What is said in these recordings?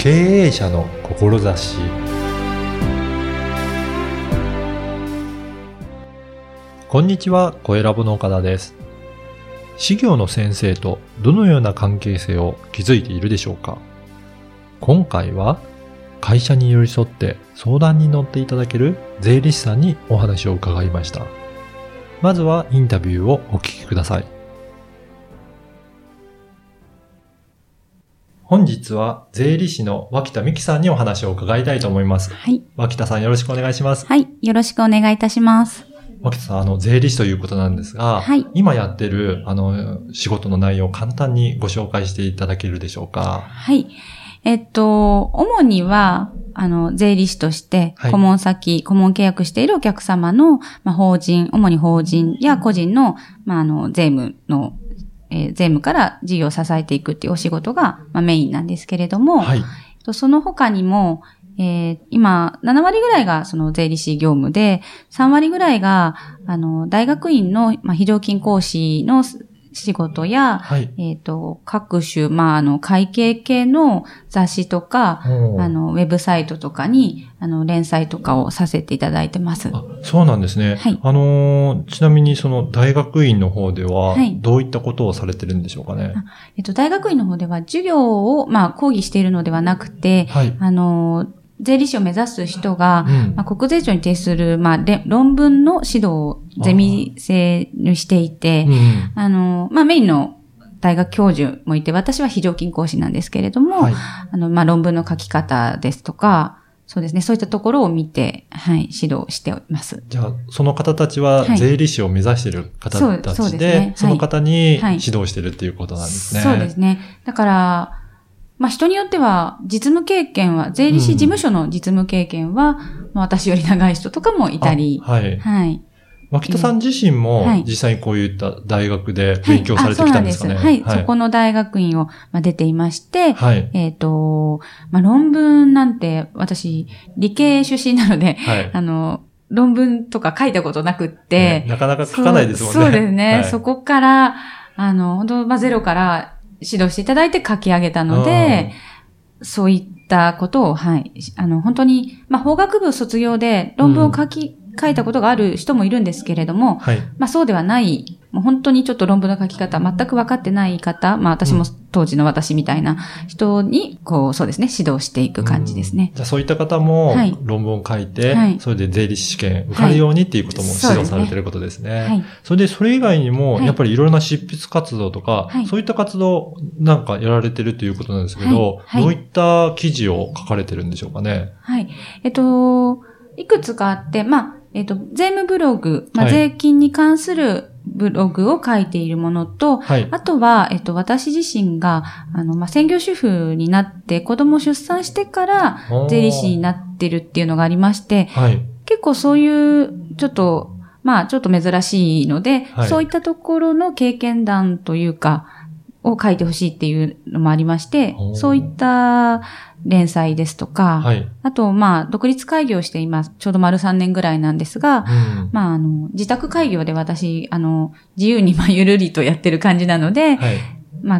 経営者の志。こんにちは、声ラボの岡田です。事業の先生とどのような関係性を築いているでしょうか。今回は会社に寄り添って相談に乗っていただける税理士さんにお話を伺いました。まずはインタビューをお聞きください。本日は税理士の脇田美希さんにお話を伺いたいと思います。 はい。 脇田さんよろしくお願いします。 はい。よろしくお願いいたします。 脇田さん、税理士ということなんですが、 はい。 今やってる、仕事の内容を簡単にご紹介していただけるでしょうか。 はい。主には、税理士として、顧問契約しているお客様の、主に法人や個人の、税務から事業を支えていくっていうお仕事が、メインなんですけれども、 はい。 その他にも、今、7割ぐらいがその税理士業務で、3割ぐらいが、大学院の、非常勤講師の仕事や、 はい。 各種、会計系の雑誌とか、ウェブサイトとかに、連載とかをさせていただいてます。 あ、そうなんですね。 はい。 ちなみにその大学院の方では、 はい。 どういったことをされてるんでしょうかね。 大学院の方では授業を、講義しているのではなくて、 はい。 税理士を目指す人が、 うん。 国税庁に提出する、論文の指導をゼミ生にしていて、 うん。 メインの大学教授もいて、私は非常勤講師なんですけれども、 はい。 論文の書き方ですとか、そうですね、そういったところを見て、はい、指導しています。 じゃあ、その方たちは税理士を目指している方たちで、その方に指導しているっていうことなんですね。 そうですね。だから、人によっては、実務経験は、税理士事務所の実務経験は、私より長い人とかもいたり。 はい。はい。脇田さん自身も、実際にこういった大学で勉強されてきたんですかね。 はい。そこの大学院を出ていまして、 はい。 論文なんて、私、理系出身なので、 はい。 論文とか書いたことなくって、 なかなか書かないですもんね。 そうですね。はい、そこから、本当ゼロから、指導していただいて書き上げたので、そういったことを、はい。本当に、法学部卒業で論文を書いたことがある人もいるんですけれども、はい。そうではない、もう本当にちょっと論文の書き方全く分かってない方、私も当時の私みたいな人に、そうですね、指導していく感じですね。 じゃあそういった方も、論文を書いて、はい、それで税理士試験受かるようにっていうことも指導されていることですね。はい。それで、それ以外にも、やっぱりいろんな執筆活動とか、はい、そういった活動なんかやられてるということなんですけど、はい、どういった記事を書かれてるんでしょうかね。 はい。いくつかあって、税務ブログ、税金に関するブログを書いているものと、はい、あとは、私自身が、専業主婦になって子供を出産してから税理士になってるっていうのがありまして、はい、結構そういう、ちょっと珍しいので、はい、そういったところの経験談というか、を書いてほしいっていうのもありまして、そういった連載ですとか、はい、あと、独立開業して今、ちょうど丸3年ぐらいなんですが、自宅開業で私、自由にゆるりとやってる感じなので、はい、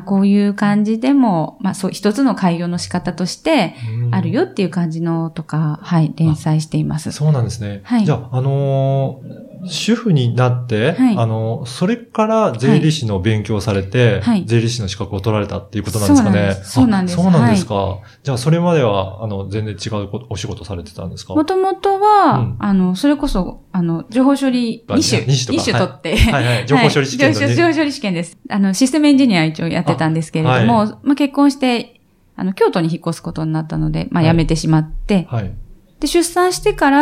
こういう感じでも、そう、一つの開業の仕方として、あるよっていう感じのとか、はい、連載しています。 そうなんですね。はい。じゃあ、主婦になって、はい、それから税理士の勉強をされて、はい、税理士の資格を取られたっていうことなんですかね。 そうなんです。 そうなんですか。はい、じゃあ、それまでは、全然違うお仕事されてたんですか？ もともとは、それこそ、情報処理2種取って、 はいはい、情報処理試験の、 情報処理試験です。システムエンジニア一応やってたんですけれども、はい、結婚して、京都に引っ越すことになったので、辞めてしまって、はい。で、出産してから、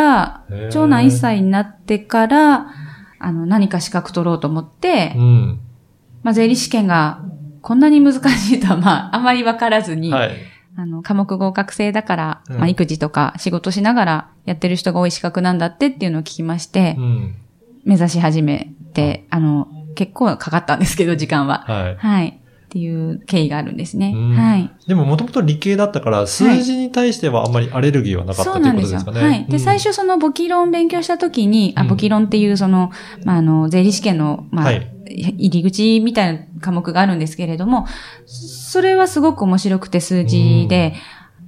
長男1歳になってから、何か資格取ろうと思って、税理士試験がこんなに難しいとは、あまりわからずに、はい、科目合格制だから、育児とか仕事しながらやってる人が多い資格なんだっていうのを聞きまして、目指し始めて、結構かかったんですけど、時間は。はい。はい。っていう経緯があるんですね。はい。 でももともと理系だったから数字に対してはあんまりアレルギーはなかったということですかね。 はい。で、最初その簿記論勉強したときに、簿記論っていうその、税理士試験の、入り口みたいな科目があるんですけれども、それはすごく面白くて数字で、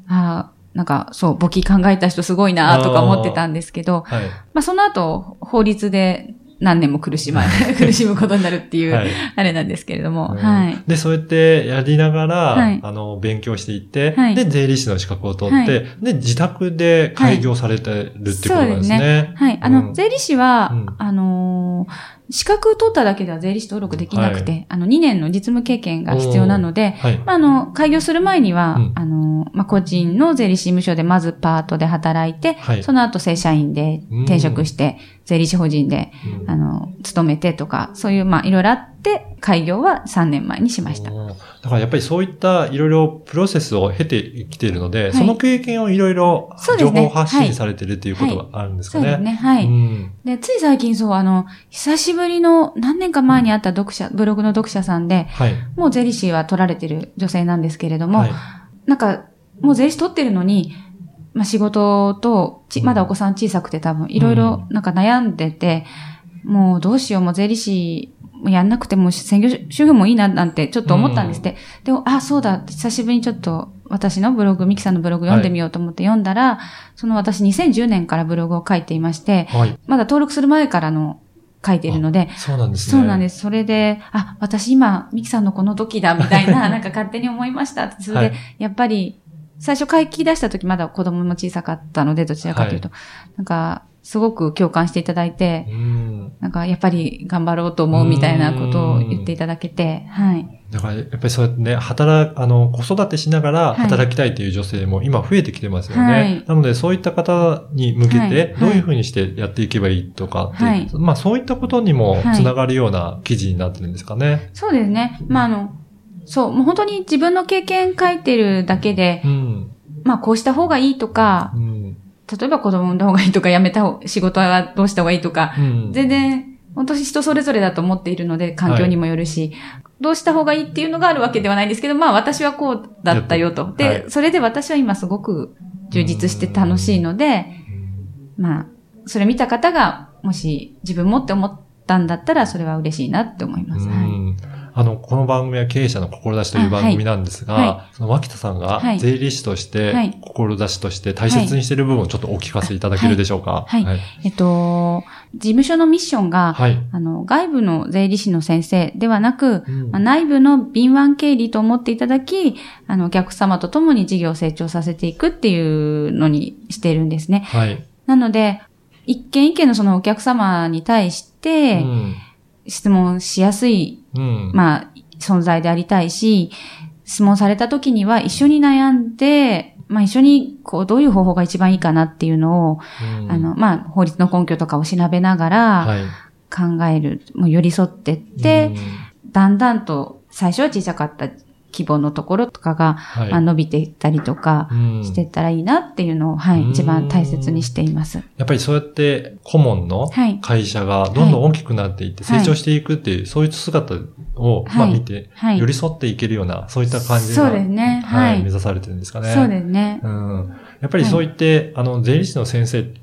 なんかそう、簿記考えた人すごいなとか思ってたんですけど、 はい、 まあその後、法律で何年も苦しむことになるっていう、はい、あれなんですけれども、はい。 で、そうやってやりながら、はい、勉強していって、はい、で、税理士の資格を取って、はい、で、自宅で開業されてるっていうことなんですね。 そうですね。はい。税理士は、資格取っただけでは税理士登録できなくて、はい、2年の実務経験が必要なので、はい、開業する前には、個人の税理士事務所でまずパートで働いて、はい、その後正社員で転職して、税理士法人で、勤めてとか、そういう、いろいろあって、開業は3年前にしました。 だからやっぱりそういったいろいろプロセスを経てきているので、はい、その経験をいろいろ情報発信されているっていうことがあるんですかね。 そうですね。はい。で、つい最近久しぶりの何年か前にあったブログの読者さんで、はい、もう税理士は取られてる女性なんですけれども、はい、なんか、もう税理士取ってるのに、仕事と、まだお子さん小さくて多分、いろいろなんか悩んでて、もうどうしよう、もう税理士やんなくても専業主婦もいいななんてちょっと思ったんですって。でも、そうだ、久しぶりにちょっと私のブログ、ミキさんのブログ読んでみようと思って読んだら、私2010年からブログを書いていまして、はい、まだ登録する前からの書いているので、 そうなんですね。 そうなんです。それで、私今、ミキさんのこの時だみたいな、なんか勝手に思いました。それで、はい、やっぱり、最初書き出した時まだ子供も小さかったので、どちらかというと、はい、なんか、すごく共感していただいて、なんかやっぱり頑張ろうと思うみたいなことを言っていただけて、はい。 だからやっぱりそうやってね、子育てしながら働きたいという女性も今増えてきてますよね。はい、なのでそういった方に向けてどういうふうにしてやっていけばいいとかって、はい、そういったことにもつながるような記事になってるんですかね。はい、 そうですね。そう、もう本当に自分の経験書いてるだけで、こうした方がいいとか、例えば子供産んだ方がいいとか、仕事はどうした方がいいとか、全然、本当に人それぞれだと思っているので、環境にもよるし、どうした方がいいっていうのがあるわけではないんですけど、私はこうだったよと。で、それで私は今すごく充実して楽しいので、それ見た方が、もし自分もって思ったんだったら、それは嬉しいなって思います。 この番組は経営者の志という番組なんですが、その脇田さんが税理士として、志として大切にしている部分をちょっとお聞かせいただけるでしょうか。 はい。事務所のミッションが、外部の税理士の先生ではなく、内部の敏腕経理と思っていただき、お客様と共に事業を成長させていくっていうのにしているんですね。はい。なので、一件一件のそのお客様に対して、質問しやすい、存在でありたいし、質問された時には一緒に悩んで、一緒にどういう方法が一番いいかなっていうのを、法律の根拠とかを調べながら考える、もう寄り添ってって、だんだんと最初は小さかった規模のところとかが、伸びていったりとかしていったらいいなっていうのを、一番大切にしています。 やっぱりそうやって顧問の会社がどんどん大きくなっていって成長していくっていう、そういう姿を、見て、寄り添っていけるような、そういった感じが、 そうですね。 目指されてるんですかね。 そうですね。 やっぱりそういって、税理士の先生って、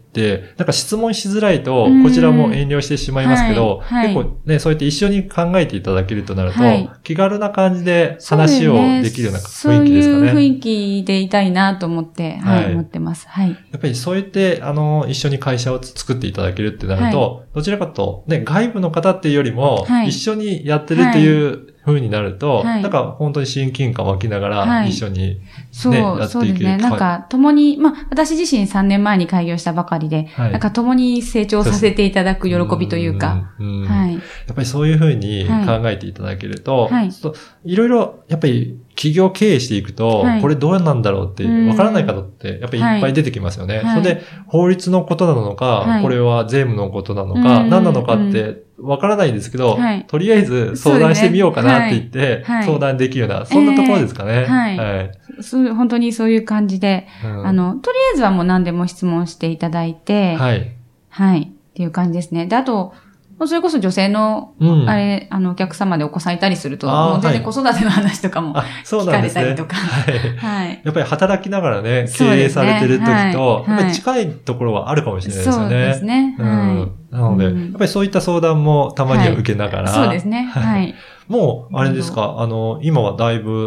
なんか質問しづらいと、こちらも遠慮してしまいますけど、結構ね、そうやって一緒に考えていただけるとなると、気軽な感じで話をできるような雰囲気ですかね。 そういう雰囲気でいたいなと思って、思ってます。はい。 やっぱりそうやって、一緒に会社を作っていただけるってなると、どちらかとね、外部の方っていうよりも、一緒にやってるっていう風になると、なんか本当に親近感湧きながら一緒にね、やっていける。そうですね。 なんか共に、私自身3年前に開業したばかりで、なんか共に成長させていただく喜びというか、 やっぱりそういう風に考えていただけると、いろいろやっぱり企業経営していくと、これどうなんだろうって、わからない方って、やっぱりいっぱい出てきますよね。それで、法律のことなのか、これは税務のことなのか、何なのかって、わからないんですけど、とりあえず相談してみようかなって言って、相談できるような、そんなところですかね。 本当にそういう感じで、とりあえずはもう何でも質問していただいて、っていう感じですね。で、あと、それこそ女性の、お客様でお子さんいたりすると、もう全然子育ての話とかも聞かれたりとか。 やっぱり働きながらね、経営されてる時と、やっぱり近いところはあるかもしれないですよね。そうですね。なので、やっぱりそういった相談もたまには受けながら。 そうですね。 もう、あれですか、今はだいぶ、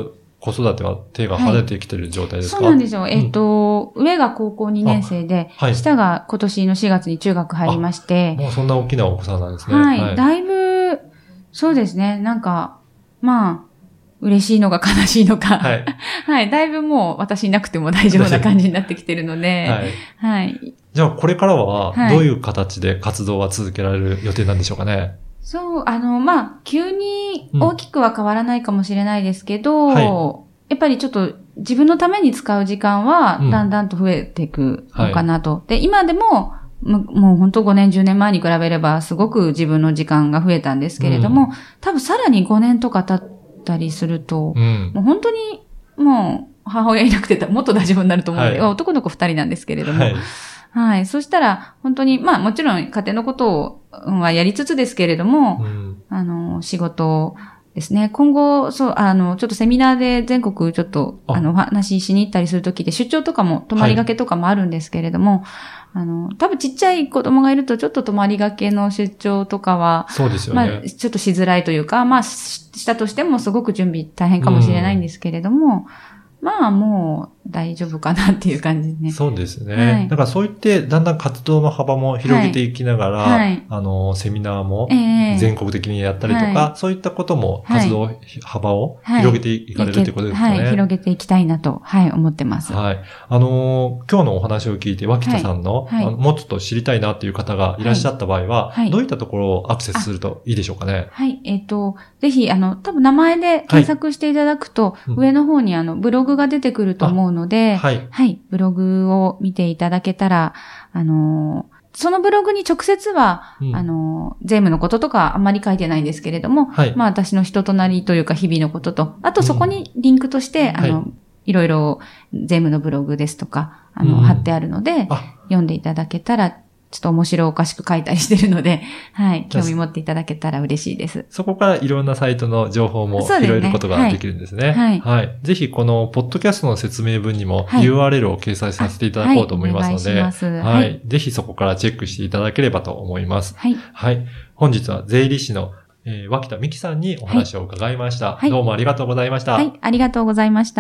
子育ては手が離れてきてる状態ですか？ そうなんですよ。上が高校2年生で、下が今年の4月に中学入りまして。 もうそんな大きなお子さんなんですね。 はい。だいぶ、そうですね。なんか、まあ、嬉しいのか悲しいのか。はい。はい。だいぶもう私いなくても大丈夫な感じになってきてるので。はい。はい。 じゃあこれからはどういう形で活動は続けられる予定なんでしょうかね？ そう、まあ、急に大きくは変わらないかもしれないですけど、やっぱりちょっと自分のために使う時間はだんだんと増えていくのかなと。で、今でも、もう本当5年、10年前に比べればすごく自分の時間が増えたんですけれども、多分さらに5年とか経ったりすると、もう本当にもう母親いなくてもっと大丈夫になると思うので、男の子2人なんですけれども、はい。そしたら、本当に、まあもちろん家庭のことはやりつつですけれども、仕事ですね。今後、そう、ちょっとセミナーで全国ちょっと、お話ししに行ったりするときで出張とかも、泊まりがけとかもあるんですけれども、多分ちっちゃい子供がいるとちょっと泊まりがけの出張とかは、 そうですよね。 まあ、ちょっとしづらいというか、まあ、したとしてもすごく準備大変かもしれないんですけれども、まあもう大丈夫かなっていう感じですね。 そうですね。だからそう言ってだんだん活動の幅も広げていきながら、セミナーも全国的にやったりとか、そういったことも活動幅を広げていかれるということですかね。 はい、広げていきたいなと、思ってます。 はい。今日のお話を聞いて、脇田さんの、もうちょっと知りたいなっていう方がいらっしゃった場合は、どういったところをアクセスするといいでしょうかね。 はい。ぜひ、多分名前で検索していただくと、上の方にブログが出てくると思うので、はい。ブログを見ていただけたら、そのブログに直接は、税務のこととかあんまり書いてないんですけれども、まあ私の人となりというか日々のことと、あとそこにリンクとして、いろいろ税務のブログですとか、貼ってあるので、読んでいただけたら、ちょっと面白おかしく書いたりしてるので、はい、興味持っていただけたら嬉しいです。 そこからいろんなサイトの情報も拾えることができるんですね。はい。はい。ぜひこのポッドキャストの説明文にも URL を掲載させていただこうと思いますので、はい。ぜひそこからチェックしていただければと思います。はい。はい。本日は税理士の脇田美希さんにお話を伺いました。どうもありがとうございました。 はい、ありがとうございました。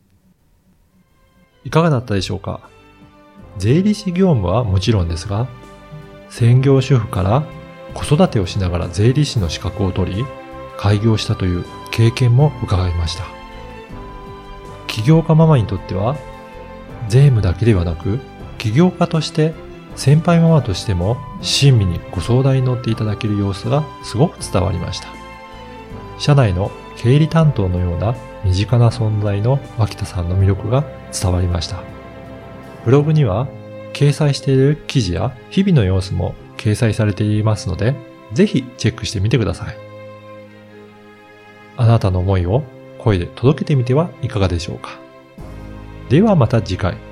いかがだったでしょうか？税理士業務はもちろんですが、専業主婦から子育てをしながら税理士の資格を取り、開業したという経験も伺いました。起業家ママにとっては、税務だけではなく、起業家として先輩ママとしても親身にご相談に乗っていただける様子がすごく伝わりました。社内の経理担当のような身近な存在の脇田さんの魅力が伝わりました。ブログには掲載している記事や日々の様子も掲載されていますので、ぜひチェックしてみてください。あなたの思いを声で届けてみてはいかがでしょうか。ではまた次回。